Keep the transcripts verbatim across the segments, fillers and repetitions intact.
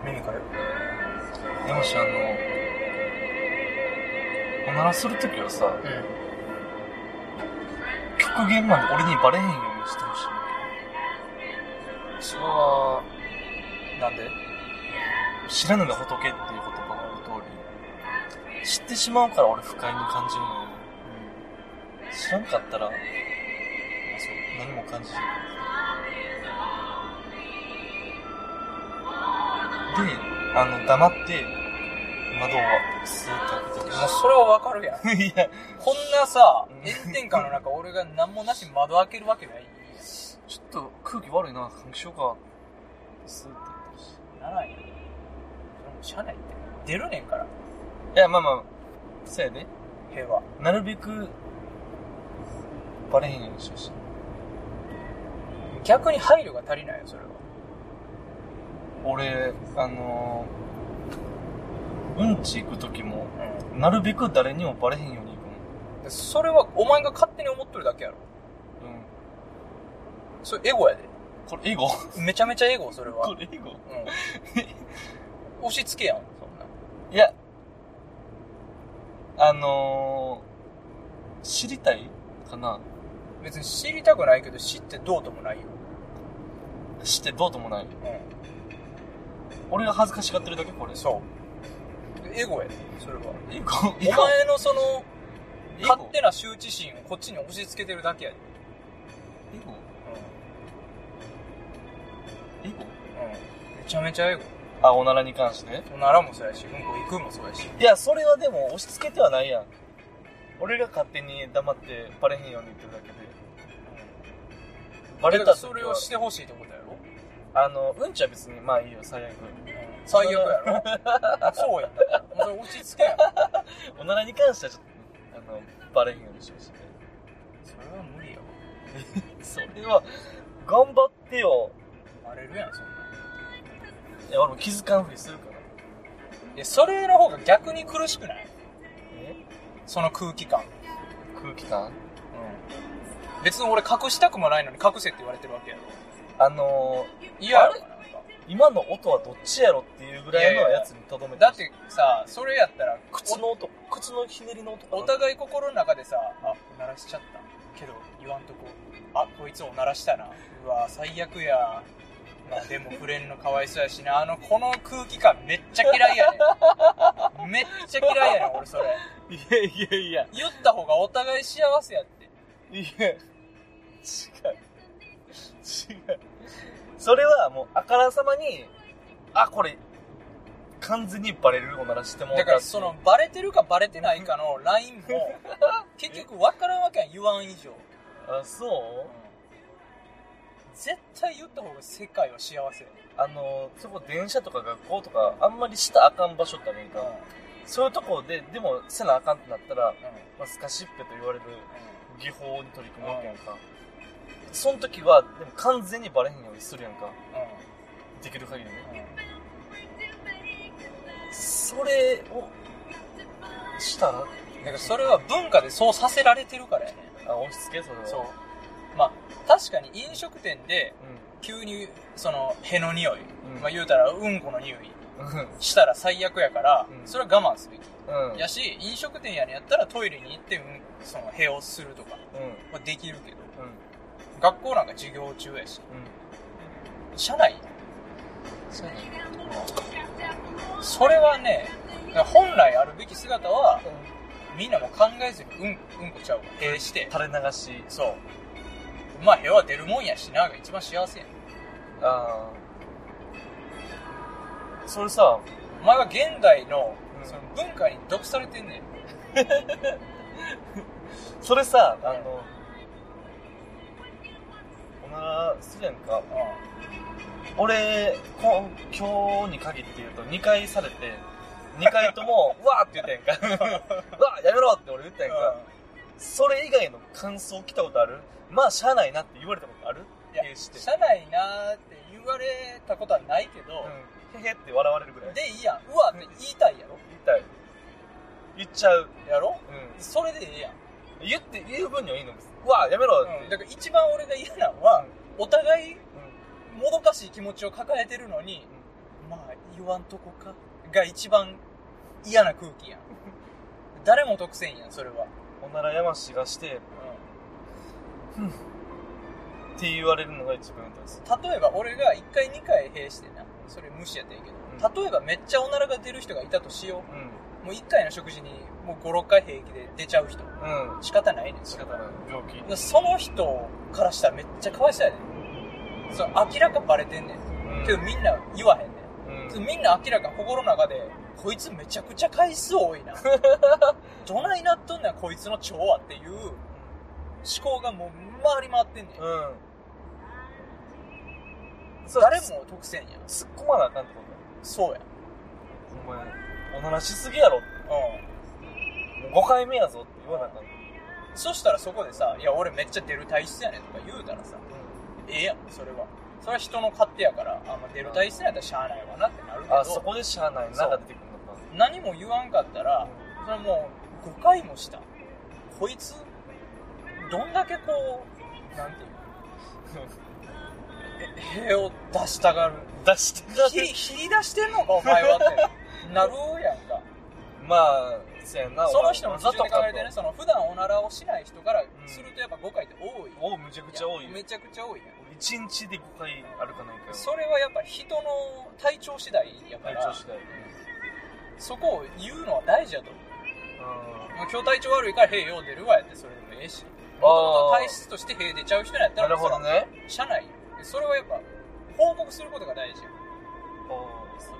耳かゆでもしあのおならするときはさ、うん、極限まで俺にバレへんようにしてほしい。 それはなんで？ 知らぬが仏っていう言葉がある通り、知ってしまうから俺不快に感じるのよ、うん、知らんかったら、まあ、そう何も感じないで、あの黙って窓をスーッと開けてほしい。 もうそれはわかるやんいやこんなさ炎天下の中俺が何もなし窓開けるわけないやん。 ちょっと空気悪いな、換気しようか。スーッと開けてほしい。 ならんやん。それも車内って出るねんから。いやまあまあそうやで、 平和なるべくバレへんようにしてほしい。 逆に配慮が足りないよそれは。 俺あのー、うんち行く時も、うん、なるべく誰にもバレへんように行くの。それはお前が勝手に思っとるだけやろ。うん。それエゴやで。 これエゴ？ めちゃめちゃエゴそれは。 これエゴ？うん。 押し付けやんそんな。 いやあのー、知りたいかな。 別に知りたくないけど知ってどうともないよ。 知ってどうともない。うん。俺が恥ずかしがってるだけこれ。 そう。エゴやでそれは。 エゴ？ お前のその勝手な羞恥心をこっちに押し付けてるだけやで。 エゴ？うん。エゴ？うん。 めちゃめちゃエゴ。 あ、おならに関して？ おならもそうやし、うんこ行くもそうやし。 いや、それはでも押し付けてはないやん。俺が勝手に黙ってバレへんように言ってるだけで。 バレたそれをしてほしいってことやろ？ あの、うんちは別にまあいいよ、最悪。 最悪やろ？そうやんだ。それ押し付けやん。 おならに関してはちょっと、あの、バレへんようにしてほしいね。 それは無理やわ。 それは、頑張ってよ。 バレるやん、そんな。 いや、俺も気づかんふりするから。いや、それの方が逆に苦しくない？ え？その空気感。 空気感？うん。 別に俺隠したくもないのに隠せって言われてるわけやろ。 あのー、嫌やろかな。 今の音はどっちやろっていうぐらいのやつにとどめて。 だってさ、それやったら靴の音、靴のひねりの音かな。 お互い心の中でさ、あ、おならしちゃったけど言わんとこ、あ、こいつおならしたな、うわ最悪や、まあでもフレンのかわいそうやしな、あのこの空気感めっちゃ嫌いやねんめっちゃ嫌いやねん俺それ。 いやいやいや、 言った方がお互い幸せやって。 いや違う違う、それはもうあからさまに、あ、これ完全にバレるおならしてもうた。 だからそのバレてるかバレてないかのラインも結局分からんわけやん、言わん以上。 あ、そう、うん、 絶対言った方が世界は幸せ。 あのそこ電車とか学校とかあんまりしたらあかん場所ってあるんか、うん、そういうとこででもせなあかんってなったら、うん、まあ、スカシッペと言われる技法に取り組むわけやんか、うん、その時はでも完全にバレへんようにするやんか、うん、できる限りね、うん、それをしたら、だからそれは文化でそうさせられてるからやね。 あ、押し付け、それは。そう。 まあ確かに飲食店で急にそのへの匂い、うん、まあ言うたらうんこの匂いしたら最悪やから、うん、それは我慢すべき、うん、やし、飲食店やねやったらトイレに行って、うん、そのへをするとかはできるけど、うん、学校なんか授業中やし、うん、社内社内、 うん、それはね、本来あるべき姿は、うん、みんなも考えずにうん、うんこちゃうわ、へして垂れ流し、 そう、まあ、へは出るもんやしなが一番幸せやん。 ああ。それさ、 お前は現代の、うん、その文化に毒されてんねん。 それさ、あの、おならするやんか。うん、俺こ、今日に限って言うとにかいされて、にかいとも、うわーって言ったやんか。うわーやめろって俺言ったやんか。うん、それ以外の感想来たことある？まあ、しゃあないなって言われたことある？ いや、しゃあないなーって言われたことはないけど、 うん、へへって笑われるぐらい。 でいいやん。うわって言いたいやろ？ 言いたい。言っちゃう。 やろ？うん。それでいいやん。 言って、言う分にはいいのです。うわやめろって、 うん。だから一番俺が嫌なのは、うん、お互い、もどかしい気持ちを抱えてるのに、 まあ言わんとこかが一番嫌な空気やん誰も得せんやんそれは。 おならやましがして、うん、うんって言われるのが一番嫌です。 例えば俺がいっかいにかい閉してな、それ無視やったらいいけど、うん、例えばめっちゃおならが出る人がいたとしよう、うん、もういっかいの食事にもうご、ろっかい平気で出ちゃう人、うん、仕方ないねん。 仕方ない病気。 その人からしたらめっちゃかわいそうやねん。その明らかバレてんねん、うん、けどみんな言わへんねん、うん、みんな明らか心の中でこいつめちゃくちゃ回数多いなどないなっとんねんこいつの腸はっていう思考がもう回り回ってんねん、うん、誰も得せんやん。 突っ込まなあかんってことだよ。 そうや。 お前おならしすぎやろって、うん、もうごかいめやぞって言わなあかん。 そしたらそこでさ、いや俺めっちゃ出る体質やねんとか言うたらさ、うん、ええやんそれは。それは人の勝手やから、あ、まあ、出る体質やったらしゃあないわなってなるけど、 あ、そこでしゃあないなが出てくるのか。 何も言わんかったら、うん、それはもうごかいもしたこいつどんだけこうなんていうのへを出したがる出したがるひり出してんのかお前はってなるやんか。 まあそうやな。 その人の基準で考えてね、その普段おならをしない人からするとやっぱごかいって多い。 おう、めちゃくちゃ多いよ。 めちゃくちゃ多いやん。 いちにちでごかいあるかないか。 それはやっぱ人の体調次第やから、 体調次第、うん、 そこを言うのは大事やと思う。うん、今日体調悪いから屁よう出るわやってそれでもええし、もともと体質として屁出ちゃう人やったら、 なるほどね。 社内それはやっぱ報告することが大事やん。ああ、そういう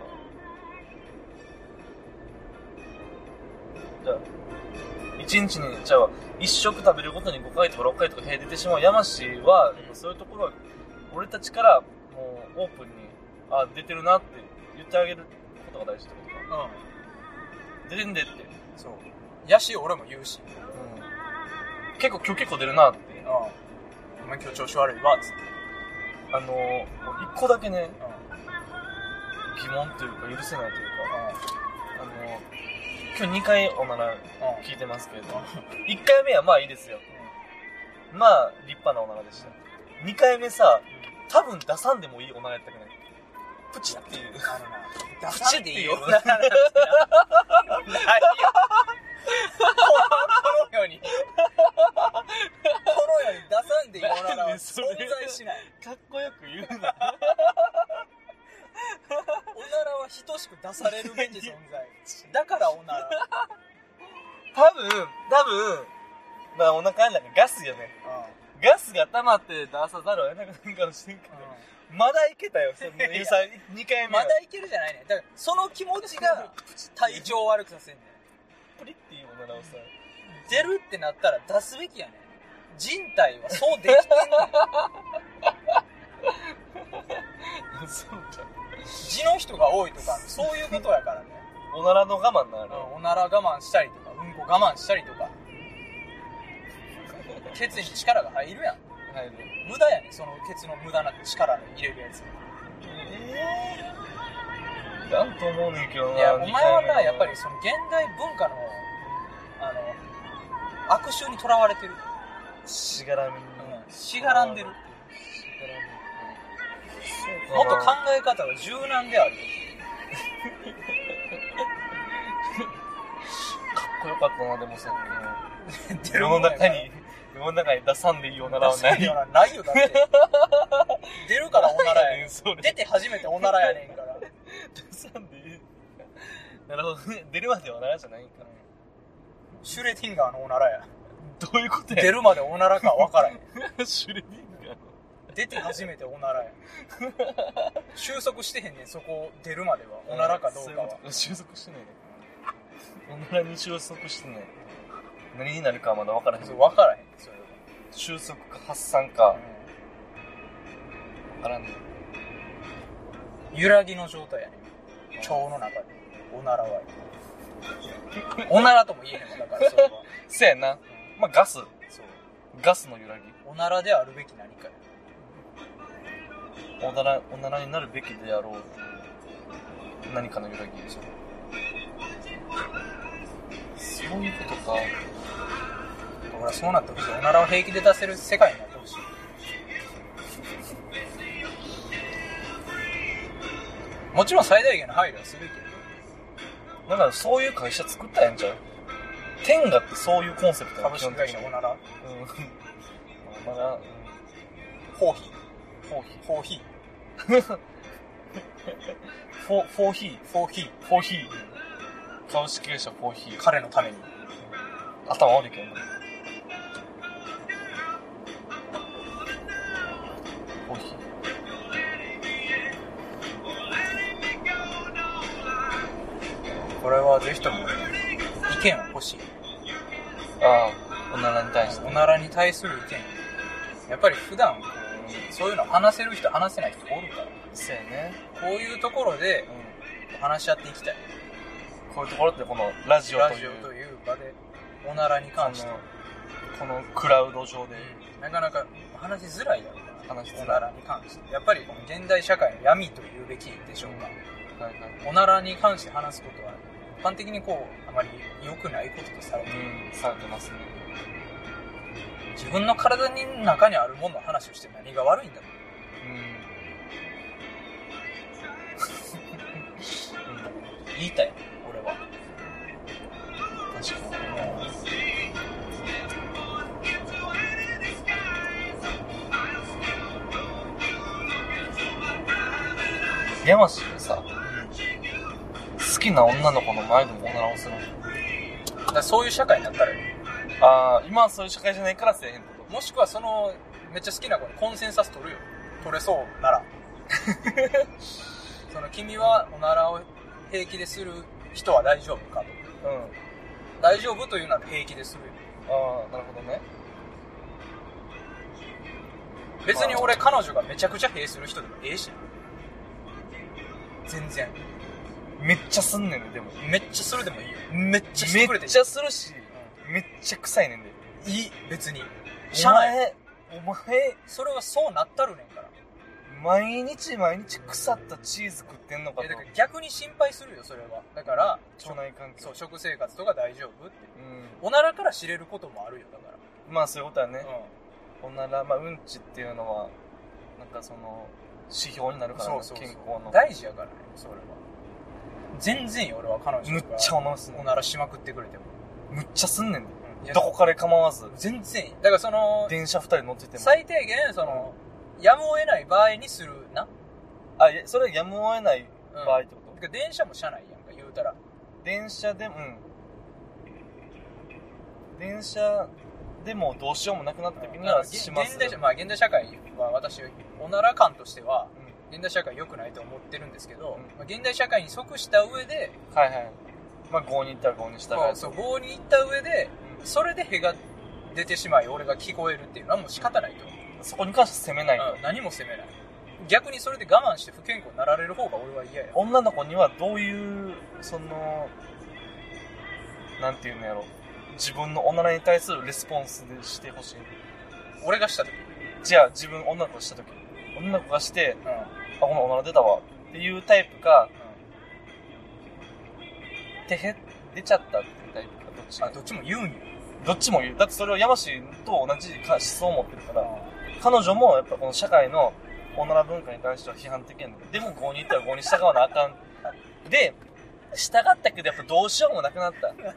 ことか。じゃあいちにちにじゃあいっ食食べるごとにごかいとかろっかいとか屁出てしまう山氏は、うん、そういうところは俺たちからもうオープンにあ出てるなって言ってあげることが大事ってことか。うん。出てんでって。 そう。やし俺も言うし。 うん。結構今日結構出るなって。うん。 お前今日調子悪いわっつって。 あのー、一個だけね、うん、疑問というか許せないというか、うん、あのー、今日にかいおなら聞いてますけれど、うん、いっかいめはまあいいですよ。うん、まあ立派なおならでした。にかいめさ、多分出さんでもいいおならやったくない。プチっていう。あのな、出さんでいいおならなんてな。ないよ。この世に。この世に出さんでいいおならは存在しない。 かっこよく言うな。 おならは等しく出されるべき存在。だからおなら。 多分、多分、まあお腹の中ガスよね。うん、ガスが溜まって出さざるを得なくなるかもしれんけど、うん、まだいけたよ、そのにかいめ。 まだいけるじゃないね。だからその気持ちが体調を悪くさせんねん。 プリっていうおならをさ、 出るってなったら出すべきやねん。人体はそうできてんねん。 そうか。 地の人が多いとかそういうことやからね。 おならの我慢なる、 うん、おなら我慢したりとかうんこ我慢したりとかケツに力が入るやん。 入る。 無駄やねん、そのケツの無駄な力入れるやつ。 ええー、なんと思うねんけどな。 いやお前はな、やっぱりその現代文化のあの悪臭にとらわれてる。 しがらみに、 うん、しがらんでる。もっと考え方は柔軟である。 かっこよかったな、でもさ、世の中に世の中に出さんでいいおならはない。 ないよ、だって出るからおならやねん。出て初めておならやねんから。 出さんでいい。なるほどね。出るまでおならじゃないんかな。 シュレティンガーのおならや。 どういうことや。 出るまでおならか分からへん。 シュレティンガー出て初めておならや。収束してへんねん、そこ出るまでは。おならかどうかは。 うう収束してないね。おならに収束してない。何になるかはまだ分からへん。 そう、分からへん。それは収束か発散か。分からんね。 揺らぎの状態やねん。腸の中で。おならは。おならとも言えへんもんだから、それは。 せやな。まあ、ガス。そう。ガスの揺らぎ。 おならであるべき何かや。 おなら、おならになるべきであろう何かの揺らぎでしょ。そういうことか。 だからそうなってほしい。おならを平気で出せる世界になってほしい。 もちろん最大限の配慮はすべきやだからそういう会社作ったらええんちゃう？天下ってそういうコンセプト株式会社オナラ。うん。 オナラ、うん。 フォーヒー。フォーヒー。 フォーヒー。フォー、フォーヒー。 フォーヒー。 フォーヒー。株式会社フォーヒー。 彼のために。 頭悪いけどな。フォーヒー。 これはぜひとも意見は欲しい。 ああ、おならに対して。 おならに対する意見。やっぱり普段こうそういうの話せる人話せない人おるから。 そうやね。 こういうところで話し合っていきたい。 こういうところってこのラジオというラジオという場でおならに関してこのクラウド上で、 うん、なかなか話しづらいだろうな。 話しづらい。 おならに関してやっぱりこの現代社会の闇と言うべきでしょうか、 うんはいはい、 おならに関して話すことは一般的にこうあまり良くないこととされてる、 うん、されてますね。 自分の体の中にあるものの話をして何が悪いんだろう、うん、言いたい俺は。 確かに。山氏がさ、好きな女の子の前でもおならをするの。 だからそういう社会になったらよ。 ああ、今はそういう社会じゃないからせえへんこと。 もしくはそのめっちゃ好きな子にコンセンサス取るよ。取れそうなら。その君はおならを平気でする人は大丈夫かと。うん。大丈夫というなら平気でするよ。 ああ、なるほどね。 別に俺彼女がめちゃくちゃ平する人でもええし。全然。 めっちゃすんねんね、でも。 めっちゃするでもいいよ。めっちゃしてくれていい。 めっちゃするし、うん、めっちゃ臭いねんで。 いい、別に。 お前、お前、 それはそうなったるねんから。 毎日毎日腐ったチーズ食ってんのかと。 だから逆に心配するよ、それは。だから、 腸内環境。 そう、食生活とか大丈夫って。 うん。 おならから知れることもあるよ、だから。 まあそういうことはね。うん。おなら、まあうんちっていうのは、なんかその、指標になるからね、そうそうそう、健康の。 大事やからね、それは。全然よ、俺は彼女が。 むっちゃおならすんねん。 おならしまくってくれても。 むっちゃすんねんで。うん、どこから構わず。 全然いい。だからその、 電車二人乗ってても。 最低限、その、うん、やむを得ない場合にするな。 あ、いや、それはやむを得ない場合ってこと、うん、 てか電車も車内やんか、言うたら。 電車でも、うん。電車でもどうしようもなくなった時にはします。 現代、まあ現代社会は私、おなら感としては、うん、現代社会良くないと思ってるんですけど、うん、まあ、現代社会に即した上で、 はいはい。まあ郷に行ったら郷に従う。 そう、郷に行った上で、うん、それで屁が出てしまい、俺が聞こえるっていうのはもう仕方ないと思う。 そこに関して責めないと、 うん、何も責めない。逆にそれで我慢して不健康になられる方が俺は嫌や。 女の子にはどういうそのなんていうのやろ、自分の女に対するレスポンスでしてほしい。 俺がした時、 じゃあ自分女の子がした時、女の子がして、うん、あ、このおなら出たわっていうタイプか、うん、てへ出ちゃったっていうタイプか、どっちか。 あ、どっちも言うんよ。 どっちも言う。だってそれは山氏と同じ思想を持ってるから、うん、彼女もやっぱこの社会のおなら文化に対しては批判的やねん。でも郷に行ったら郷に従わなあかん。で、従ったけどやっぱどうしようもなくなった。でも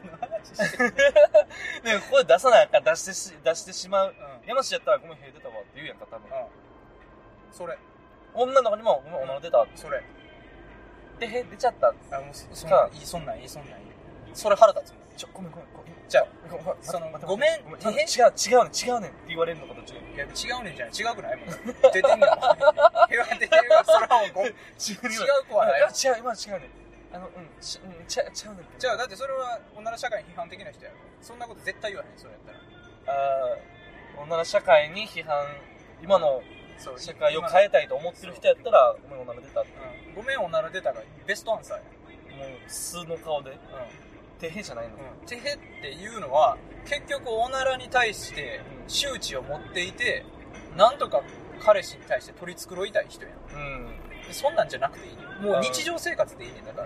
ここで出さないか出してし出してしまう。うん、山氏やったらごめん屁出たわって言うやんか多分。うん、 それ。 女の子にもごめんおなら出たって。 それ。 でへ出ちゃった。 あもうそんなんいいそんなんいいそんなんいい。それ腹立つもん。 ちょごめんごめんごめん。 じゃあそのごめん違う違うねん違うねんって言われるのかと違う。 いや違うねんじゃない違くないもん。出てんねんもん。屁は出てるわ。それはもうご違う子はない。 違う今違うねん。あのうんちうんちゃちゃうねん。 じゃあだってそれは女の社会に批判的な人やろ。そんなこと絶対言わへんそうやったら。 ああ女の社会に批判今の社会を変えたいと思ってる人やったらごめんおなら出たって。 うん、ごめんおなら出たがベストアンサーや。 もう素の顔で。うん。てへじゃないの、 うん、てへっていうのは結局おならに対して周知を持っていて、うん、なんとか彼氏に対して取り繕いたい人やん、うん、そんなんじゃなくていいね。もう日常生活でいいねんだから、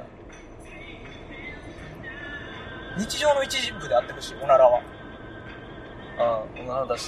うん、日常の一部であってほしいおならは。 ああおなら出して、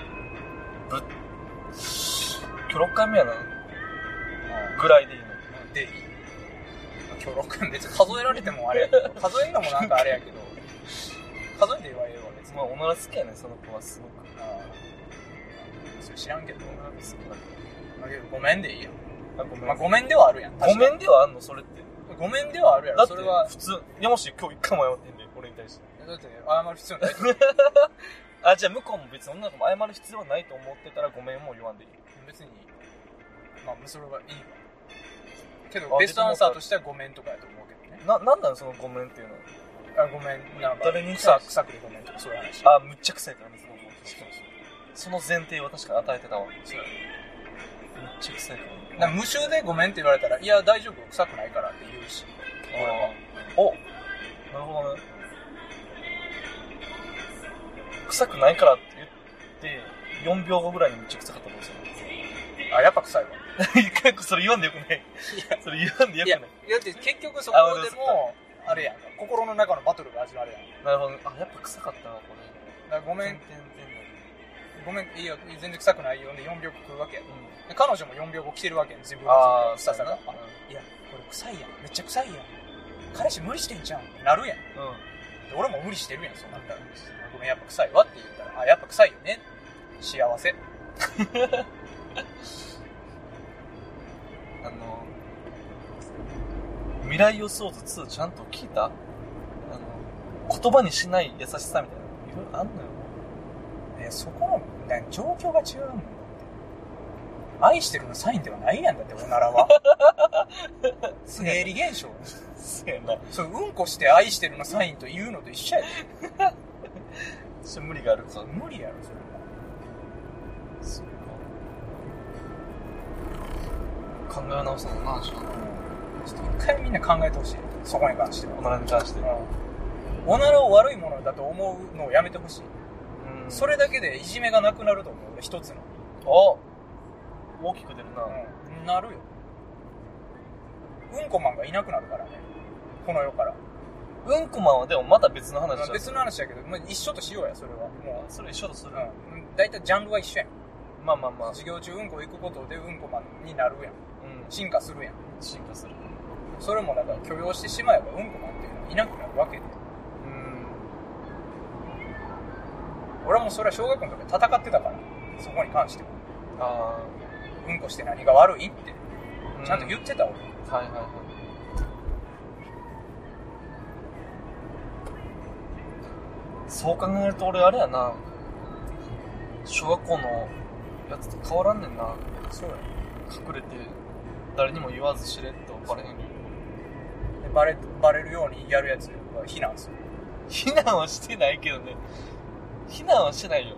うん、ぶ今日ろっかいめやな、うん、ぐらいでいいの、 うでいい。今日ろく別に数えられてもあれやけど、数えんのもなんかあれやけど、数えて言われるわ別に。 まあおなら好きやねその子はすごく。 ああ、それ知らんけど、 おなら好きだだけどごめんでいいやん。 あ、ごめん。 まあごめんではあるやん。 ごめんではあんのそれって。 ごめんではあるやろ。 だってそれは普通。いやもし今日一回も謝ってんで俺に対して。 だって謝る必要ない。 あ、じゃあ向こうも別に女の子も謝る必要はないと思ってたらごめんも言わんでいい。 別に、まあそれはいいわ。けどベストアンサーとしてはごめんとかやと思うけどね。 な、なんなのそのごめんっていうのは。 あ、ごめん、なんか誰に臭臭くてごめんとかそういう話。 あ、むっちゃ臭いからねその子。その前提を確かに与えてたわ。 そう。 めっちゃ臭いからね。 なんか無臭でごめんって言われたら、いや大丈夫臭くないからって言うし。 俺は。お、なるほどね。臭くないからって言ってよんびょうごぐらいにめっちゃ臭かったと思うんですよ。 あ、やっぱ臭いわ。 一回それ言わんでよくない？いや、それ言わんでよくない？ いや、だって結局そこでも、あれやんか、心の中のバトルが始まるやん。 なるほど。あ、やっぱ臭かったな、これ。 だからごめん、ごめん、いいよ、全然臭くないよ。で、よんびょうご食うわけやん。うん、で彼女もよんびょうご来てるわけやん、自分の臭さが。あ、いや、これ臭いやん。めっちゃ臭いやん。彼氏無理してんじゃん。なるやん。うん。で俺も無理してるやん、そうなったら。ごめん、やっぱ臭いわって言ったら、あ、やっぱ臭いよね。幸せ。 あの、未来予想図ツーちゃんと聞いた？あの、言葉にしない優しさみたいな。いろいろあんのよ。 え、そこの、状況が違うもん。愛してるのサインではないやんだって、おならは。生理現象。 そうやな。 そう、うんこして愛してるのサインと言うのと一緒やで。 それ無理があるか。 無理やろ、それは。 そうか。考え直すのな、ちょっと。 ちょっと一回みんな考えてほしい。そこに関しては。 おならに関して。うん、 おならを悪いものだと思うのをやめてほしい。 うん。それだけでいじめがなくなると思う。俺一つの。 あ、大きく出るな。 うん。なるよ。うんこマンがいなくなるからね。この世から。 うんこマンはでもまた別の話だ。 別の話だけど、まあ、一緒としようや、それは。もう。 それ一緒とする。 うん。だいたいジャンルは一緒やん。 まあまあまあ。 授業中うんこ行くことでうんこマンになるやん。うん。進化するやん。 進化する。 それもだから許容してしまえばうんこマンっていうのはいなくなるわけで。うん。俺はもうそれは小学校の時戦ってたから。そこに関しては。ああ。うんこして何が悪いって。ちゃんと言ってた俺。はいはいはい。 そう考えると俺あれやな、小学校のやつと変わらんねんな。 そうや。 隠れて誰にも言わずしれっとバレへん。 でバレバレるようにやるやつは非難する。 非難はしてないけどね。非難はしてないよ。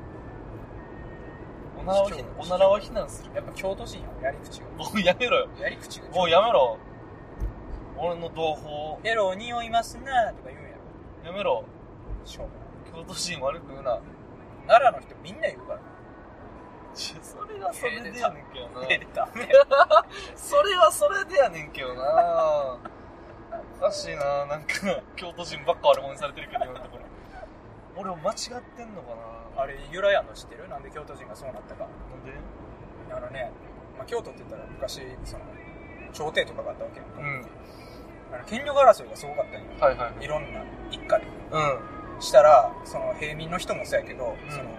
おならはおならは非難する。 やっぱ京都人ややり口が。 もうやめろよ。 やり口が。 もうやめろ。俺の同胞。 エロ匂いますなとか言うんやろ。 やめろ。 しょう京都人悪く言うな。 奈良の人みんな言うから。 それはそれでやねんけどな。 出た。 それはそれでやねんけどな。おかしいな。なんか京都人ばっか悪者にされてるけど今のところ。俺も間違ってんのかな。 あれ由来あんの知ってる？なんで京都人がそうなったか。 なんで？ あのね、まあ、京都って言ったら昔その朝廷とかがあったわけやんか。うん。あの権力争いがすごかったんよ。はいはい、はい。いろんな一家で。うん。したらその平民の人もそうやけど、うん、その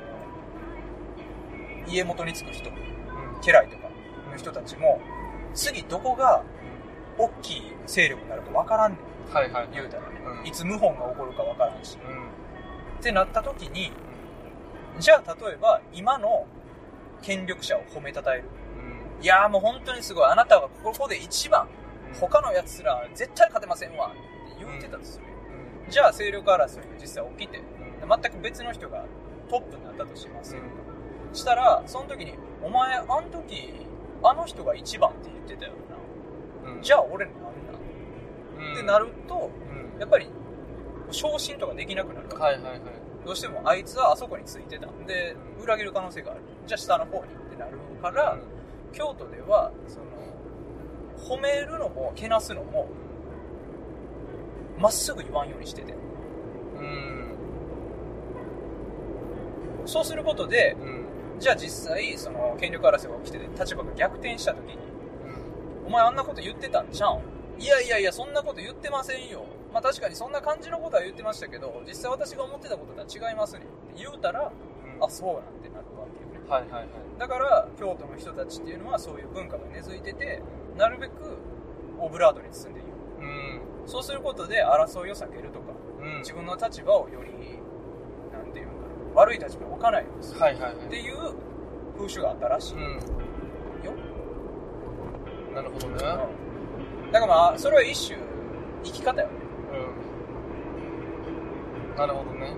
家元につく人、うん、家来とかの人たちも、うん、次どこが大きい勢力になるか分からんねん。はいはい。言うたらね、うん、いつ謀反が起こるか分からんし。うん、ってなった時に、うん、じゃあ例えば今の権力者を褒めたたえる。うん、いやーもう本当にすごい。あなたはここで一番。うん、他のやつら絶対勝てませんわって言ってたとするよ。うん、じゃあ勢力争いが実際起きて、うん、全く別の人がトップになったとしますよ。うん、したらその時にお前あの時あの人が一番って言ってたよな。うん、じゃあ俺なんだ、うん、ってなると、うん、やっぱり昇進とかできなくなるから、はいはいはい、どうしてもあいつはあそこについてたんで裏切る可能性がある。じゃあ下の方にってなるから、うん、京都ではその褒めるのもけなすのもまっすぐ言わんようにしてて、うん、そうすることで、うん、じゃあ実際その権力争いが起きてて立場が逆転した時に、うん、 お前あんなこと言ってたんちゃうん？いやいやいや、そんなこと言ってませんよ。まあ確かにそんな感じのことは言ってましたけど、実際私が思ってたこととは違いますねって言うたら、うん、あ、そうなんてなるわけよね。 はいはいはい。 だから京都の人たちっていうのはそういう文化が根付いてて、なるべくオブラートに包んでいる。うん。そうすることで争いを避けるとか、うん、自分の立場をよりなんていうのかな、悪い立場に置かないようにする、はいはいはい、っていう風習があったらしい、うん、よ。 なるほどね。 うん、だからまあそれは一種生き方よね。 うん。なるほどね。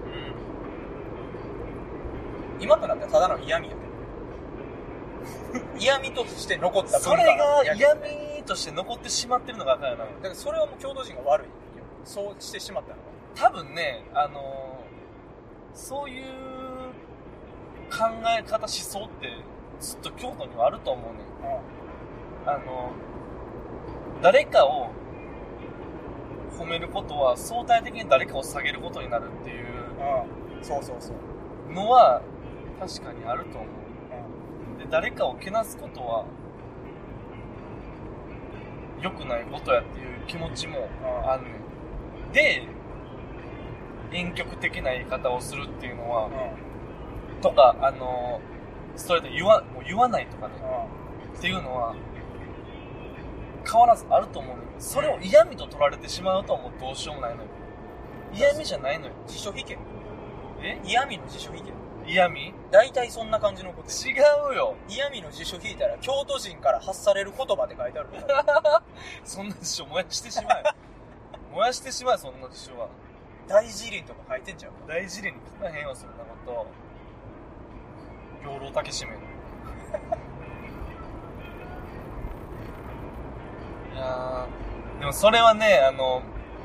うん。今となったらただの嫌味やけど。嫌味として残った文化。 それが嫌味として残ってしまってるのがあかんよな。だからそれはもう京都人が悪いよ。そうしてしまったのは。 多分ね、あのー、そういう考え方思想ってずっと京都にはあると思うね。うん、あのー、誰かを褒めることは相対的に誰かを下げることになるっていう、 うん、そうそうそうのは確かにあると思う。うん、で誰かをけなすことは良くないことやっていう気持ちもあんねん。で、婉曲的な言い方をするっていうのは、うん、とかあのストレートに言わもう言わないとかね、うん、っていうのは変わらずあると思うねん。それを嫌味と取られてしまうともうどうしようもないのよ。嫌味じゃないのよ。 辞書引け。 え？ 嫌味の辞書引け。 嫌味？ 大体そんな感じのこと。 違うよ。 嫌味の辞書引いたら京都人から発される言葉って書いてあるそんな辞書燃やしてしまえ。燃やしてしまえ、そんな辞書は。 大辞林とか書いてんちゃうか。 大辞林に書かへんわ、そんなこと。養老竹締め。いやー、でもそれはね、あの、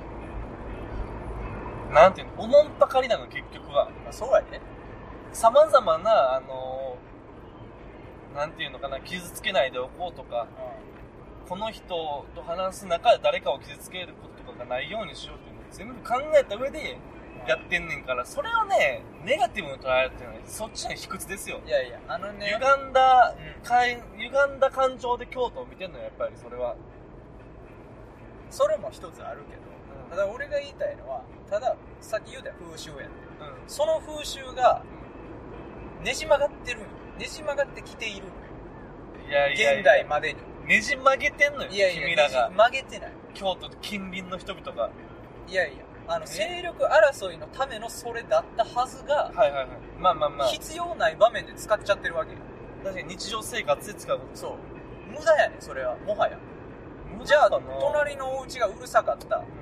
なんていうの、おもんぱかりなの、結局は。 まあ、そうやね。 様々な、あの、なんていうのかな、傷つけないでおこうとか、うん、この人と話す中で誰かを傷つけることとかがないようにしようっていうのを全部考えた上でやってんねんから、それをね、ネガティブに捉えるっていうのは、そっちの卑屈ですよ。 いやいや、あのね、 歪んだ、うん、かい歪んだ感情で京都を見てんのよ、やっぱりそれは。 それも一つあるけど、うん、ただ俺が言いたいのは、たださっき言うた風習やって、うん、その風習がねじ曲がってるんよ。ねじ曲がってきている。 いやいやいや、 現代までにねじ曲げてんのよ。 いやいや、 君らが。 ねじ曲げてない。 京都近隣の人々が。 いやいや、あの勢力争いのためのそれだったはずが、 はいはいはい。まあまあまあ。 必要ない場面で使っちゃってるわけよ。 確かに日常生活で使うこと。 そう。無駄やねん、それは。もはや。じゃあ、隣のお家がうるさかった。うん、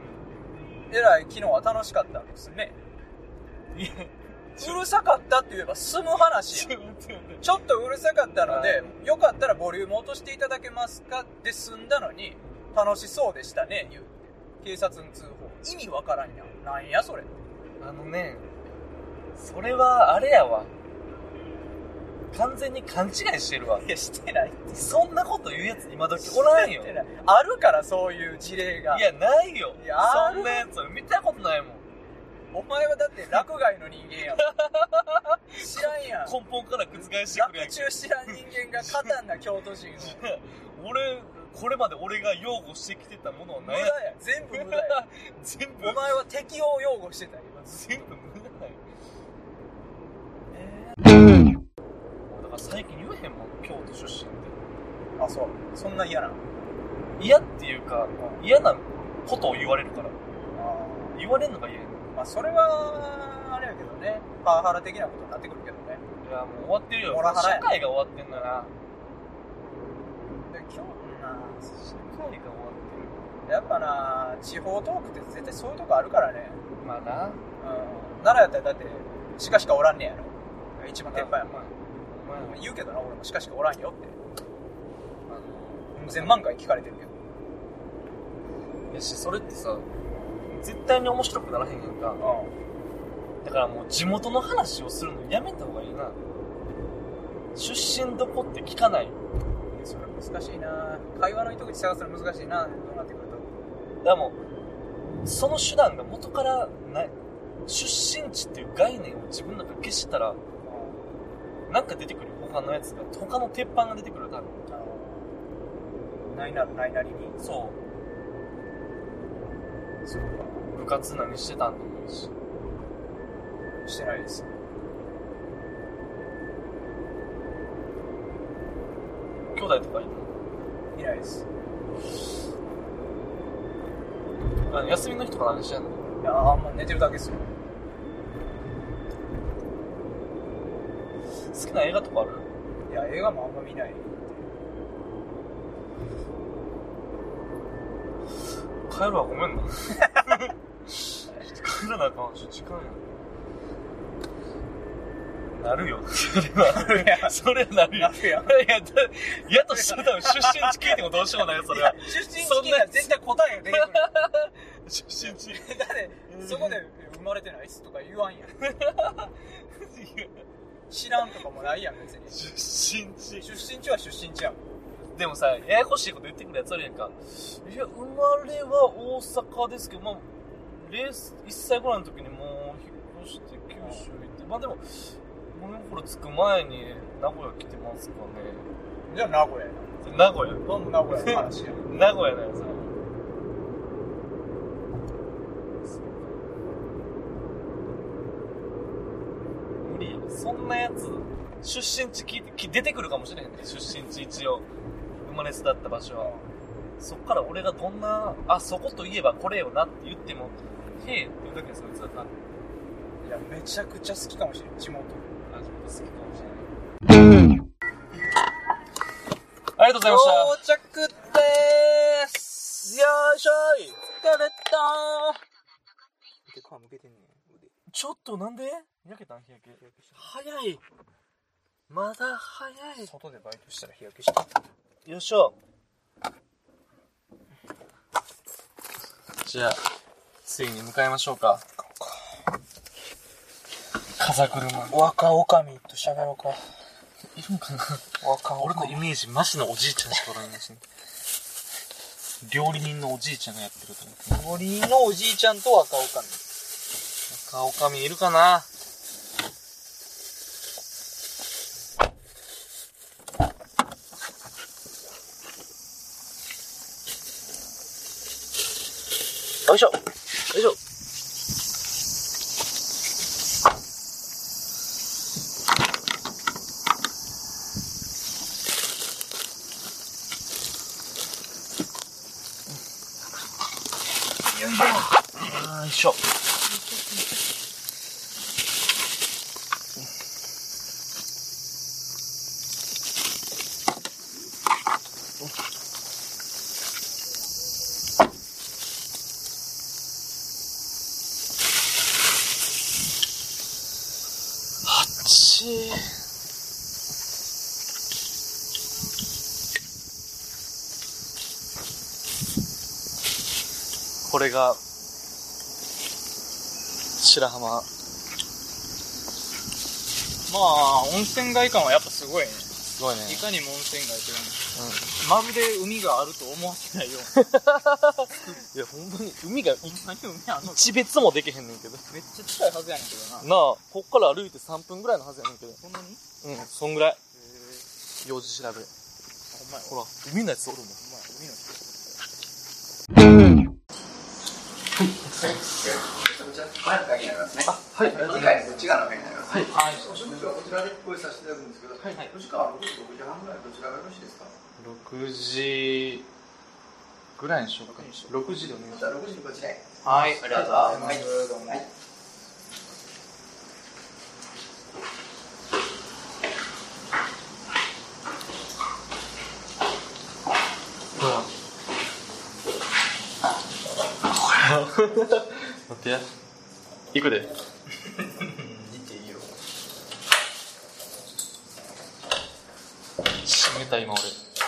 えらい、昨日は楽しかったんですね。いや、うるさかったって言えば済む話や。ちょっとうるさかったので、よかったらボリューム落としていただけますかって済んだのに、楽しそうでしたね、言うて。警察に通報。意味わからんやん。なんやそれ。 あのね、それはあれやわ。完全に勘違いしてるわ。 いや、してないって。 そんなこと言うやつ今時おらんよ。 あるからそういう事例が。 いや、ないよ。 いや、 そんなやつ見たことないもん。 お前はだって落外の人間やもん。知らんやん。 根本から覆してくれやん。 落中知らん人間が勝たんな京都人を。俺、これまで俺が擁護してきてたものは何や。 無駄や。全部無駄や。 全部。 お前は敵を擁護してたよ。 全部無駄や。えー、だから最近言えへんもん、京都出身って。 あ、そう。そんな嫌なの？ 嫌っていうか、嫌なことを言われるから。あ、言われるのが嫌やね。 まあそれはあれやけどね、パワハラ的なことになってくるけどね。 いやもう終わってるよ。モラハラや。社会が終わってんだな。 で今日な、 社会が終わってる。やっぱな、地方トークって絶対そういうとこあるからね。 まあな。うん。 奈良やったらだってしかしかおらんねやろ。一番鉄板やもん。 お前、お前言うけどな、俺もしかしかおらんよって。あの全万回聞かれてるけど。 いやし、それってさ。絶対に面白くならへんやんか、うん、だからもう地元の話をするのやめた方がいいな。出身どこって聞かない。 それ難しいな。会話の糸口探すの難しいな。どうなってくると。 でもその手段が元からない出身地っていう概念を自分の中で消したら、うん、なんか出てくるよ。他のやつが他の鉄板が出てくる多分。 ないならないなりに。 そう。そうか。部活何してたんでもいいし。 してないです。 兄弟とかいるの？ いないです。 あ、休みの日とか何してんの？ いやあんま寝てるだけですよ。 好きな映画とかある？ いや映画もあんま見ない。 帰るわ、ごめんな。帰らなあかん。ちょっと時間や。なるよ。それは。それはなるよ。 なるやん。 いや、だ、やとしたら多分出身地聞いてもどうしようもないよ、それは。 出身地聞いたら絶対答えが出てくる。 出身地。 だって、そこで生まれてないっすとか言わんやん。知らんとかもないやん、別に。 出身地。 出身地は出身地やん。 でもさ、ややこしいこと言ってくるやつあるやんか。いや、生まれは大阪ですけど、まあ、いっさいぐらいの時にもう引っ越して九州行って、まあでも、物心つく前に名古屋来てますかね。 じゃあ名古屋やな。名古屋。 どんな名古屋の話や。 名古屋だよ、それ。無理や。そんなやつ、出身地聞いて、出てくるかもしれへんね。出身地一応。生まれ育った場所は。そっから俺がどんな、あ、そこといえばこれよなって言っても、へえって言うだけでそいつは多分。 いや、めちゃくちゃ好きかもしれん、地元。 あ、地元好きかもしれない。ありがとうございました。 到着でーす。 よいしょい。 疲れたー。手皮むけてんねん、腕。 ちょっとなんで焼けたん日焼け。早い。まだ早い。 外でバイトしたら日焼けした。 よいしょ。じゃあ、ついに向かいましょうか。風車。 若おかみと喋ろうか。 いるんかな。 若おかみ。 俺のイメージ、マジのおじいちゃんしかおらんですね。料理人のおじいちゃんがやってると思う。 料理人のおじいちゃんと若おかみ。 若おかみいるかな。よいしょ。よいしょ。よいしょ。あっち。これが白浜。 まあ温泉街感はやっぱすごいね。 すごいね。 いかにも温泉街といううん、 まるで海があると思わせないよういやほんまに海がな何海あんの一別もできへんねんけど。 めっちゃ近いはずやねんけどな。 なあ、こっから歩いてさんぷんぐらいのはずやねんけど。 そんなに？ うん、そんぐらい。 へー。 用事調べ。 ほんまや。 ほら、海のやつおるもん。 ほんまや、海の人。 前の鍵になりますね。 あ、はい。 次回こっち側の鍵になります。 はい。 はい。お食事はこちらでご用意させていただくんですけど、はい。お時間はろくじ、ろくじはんぐらいどちらがよろしいですか？ ろくじぐらいにしようか。ろくじでお願いします。 ろくじにこちらへ。 はい。 ありがとうございます。どうも。はい。 待ってや。行くで。 見ていいよ。 閉めた今俺。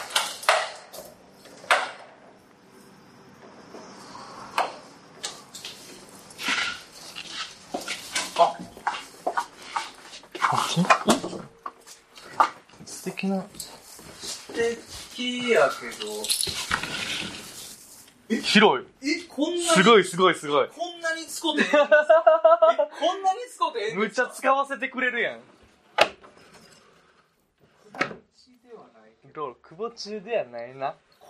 あ、 素敵な。 素敵やけど。 広い。 え、こんなにすごいすごいすごい。 こんなに使うてええんですか？え、こんなに使うてええんむっちですか？ ゃ使わせてくれるやん。 くぼちではないけど。 どうくぼ中ではないな。 こ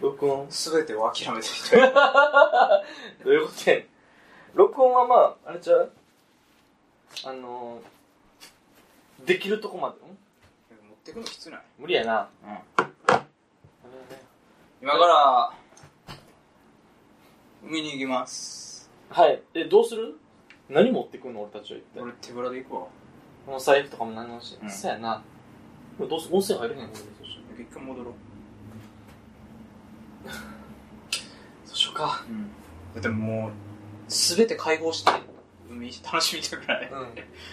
録音すべてを諦めていた。 どういうことやねん。録音はまあ、あれちゃうあのー、できるとこまで。ん持ってくのきつない？ 無理やな。 うん。今から、海に行きます。 はい。え、どうする？何持ってくんの俺たちは一体。 俺手ぶらで行くわ。 この財布とかも何もし、 うん、 そうやな。どうす温泉入れへんの俺そしたら。一回戻ろう。 そうしようか。 うん。だってもう、すべて解放して、海楽しみたくない。うん。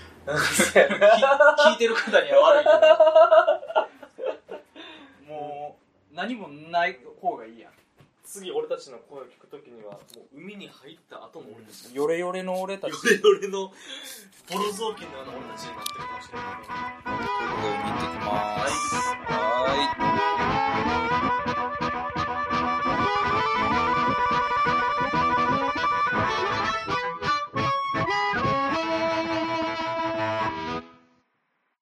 聞いてる方には悪いけど。もう、何もない方がいいやん。 次俺たちの声を聞くときには、もう海に入った後の俺たち。 ヨレヨレの俺たち。 ヨレヨレのボロ雑巾のような俺たちになってるかもしれない。 ということで、見てきまーす。はーい。